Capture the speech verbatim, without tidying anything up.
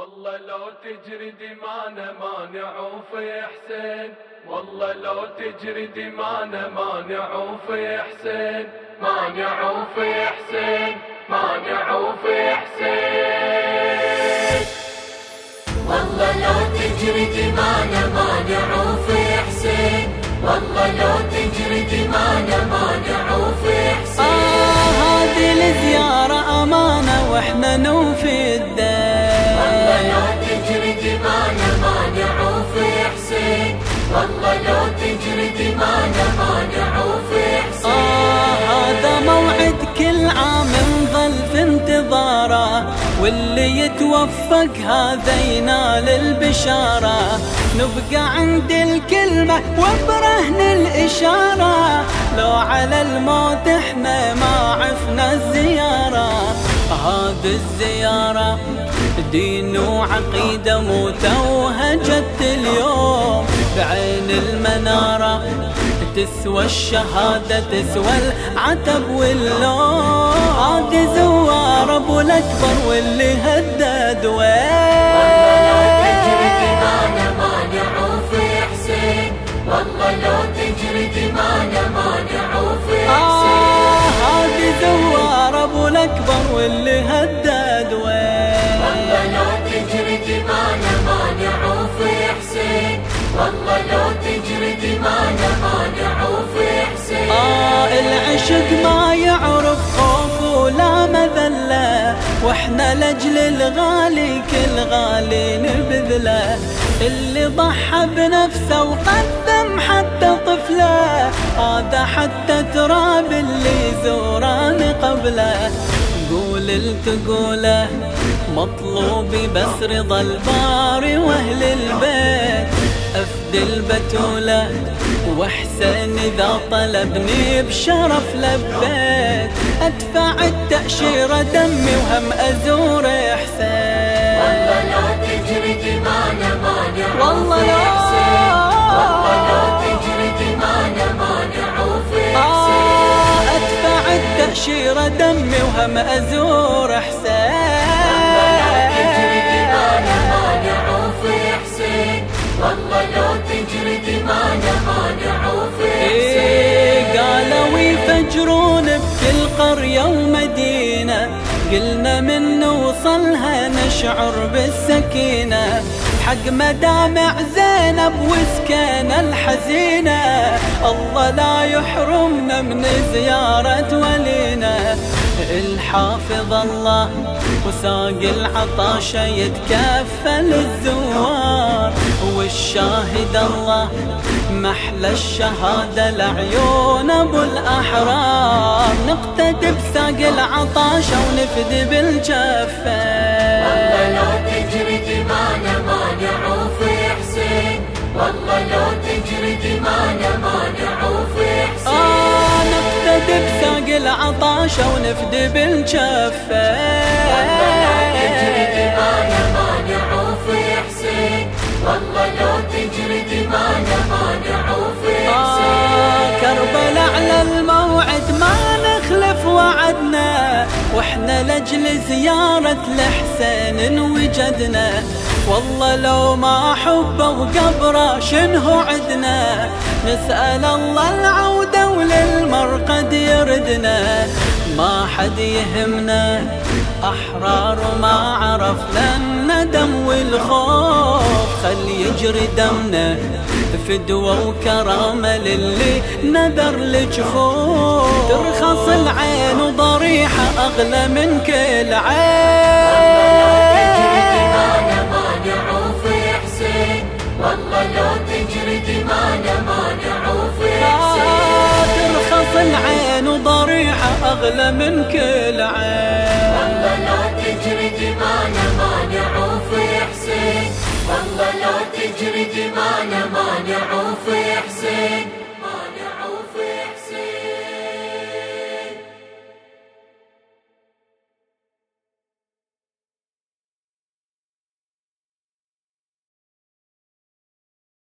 والله لو تجري دمانا مانع في حسين، والله لو تجري دمانا مانع في حسين، مانع في حسين، مانع في حسين. والله لو تجري دمانا مانع في حسين، والله لو تجري دمانا مانع في حسين. آه هذه الزيارة أمانة وإحنا نوفي الدين. والله لو تجري دمانا مانع في حسين، والله لو تجري دمانا مانع في حسين. آه هذا موعد كل عام نظل في انتظاره، واللي يتوفق هذا ينال البشارة. نبقى عند الكلمة وبرهن الإشارة، لو على الموت احنا ما عفنا الزيارة. هذه الزيارة دين وعقيدة متوهجت اليوم بعين المنارة، تسوى الشهادة تسوى العتب واللوم. هذه زوار ابو الاكبر واللي هدد وين. والله لو تجري دمانا مانع في حسين، آه هذه زوار ابو الاكبر واللي هدد وين. والله لو تجري دمانا مانع في حسين، والله لو تجري دمانا مانع في حسين. آه العشق ما يعرف خوف ولا مذلة، واحنا لاجل الغالي كل غالي نبذله. اللي ضحى بنفسه وقدم حتى طفله، هذا حتى تراب اللي زوران قبله. قول التقوله مطلوبي بس رضا الباري واهل البيت، افدي البتوله واحسن اذا طلبني بشرف لبيت. ادفع التأشيرة دمي وهم ازور حسين. والله لو تجري دمانا مانع والله في لو حسين، والله لو تجري دمانا مانع في حسين. آه ادفع التأشيرة دمي وهم ازور حسين. والله لو تجري دمانا مانع في حسين، والله لو تجري دمانا مانع في حسين. إيه قالوا يفجرون بكل قرية ومدينة، قلنا من نوصلها نشعر بالسكينة. حق مدامع زينب وسكان الحزينة، الله لا يحرمنا من زيارة ولينا. الحافظ الله وساق العطاشة يتكفل الزوار، والشاهد الله محلى الشهادة لعيون ابو الاحرار. نقتدي بساق العطاشة ونفدي بالجفة. والله لو تجري دمانا مانع في حسين، والله لو تجري دمانا مانع في حسين. آه نقتدي بساق العطاشة ونفدي بالجفة. والله لو تجري دمانا مانع في حسين، والله لو تجري دمانا مانع في حسين. آه كربلاء على الموعد ما نخلف وعدنا، واحنا لاجل زيارة الحسين انوجدنا. والله لو ما حبه وقبره شنو عدنا، نسأل الله العودة وللمرقد يردنا. ما حد يهمنا أحرار وما عرفنا الندم والخوف، خل يجري دمنا فدوة وكرامة للي نذر الجفوف. ترخص العين وضريحة أغلى من كل عين. والله لو تجري دمانا مانع في حسين، آه ترخص العين وضريحة أغلى من كل عين. والله لو تجري دمانا مانع في حسين، والله لو تجري دمانا مانع في حسين.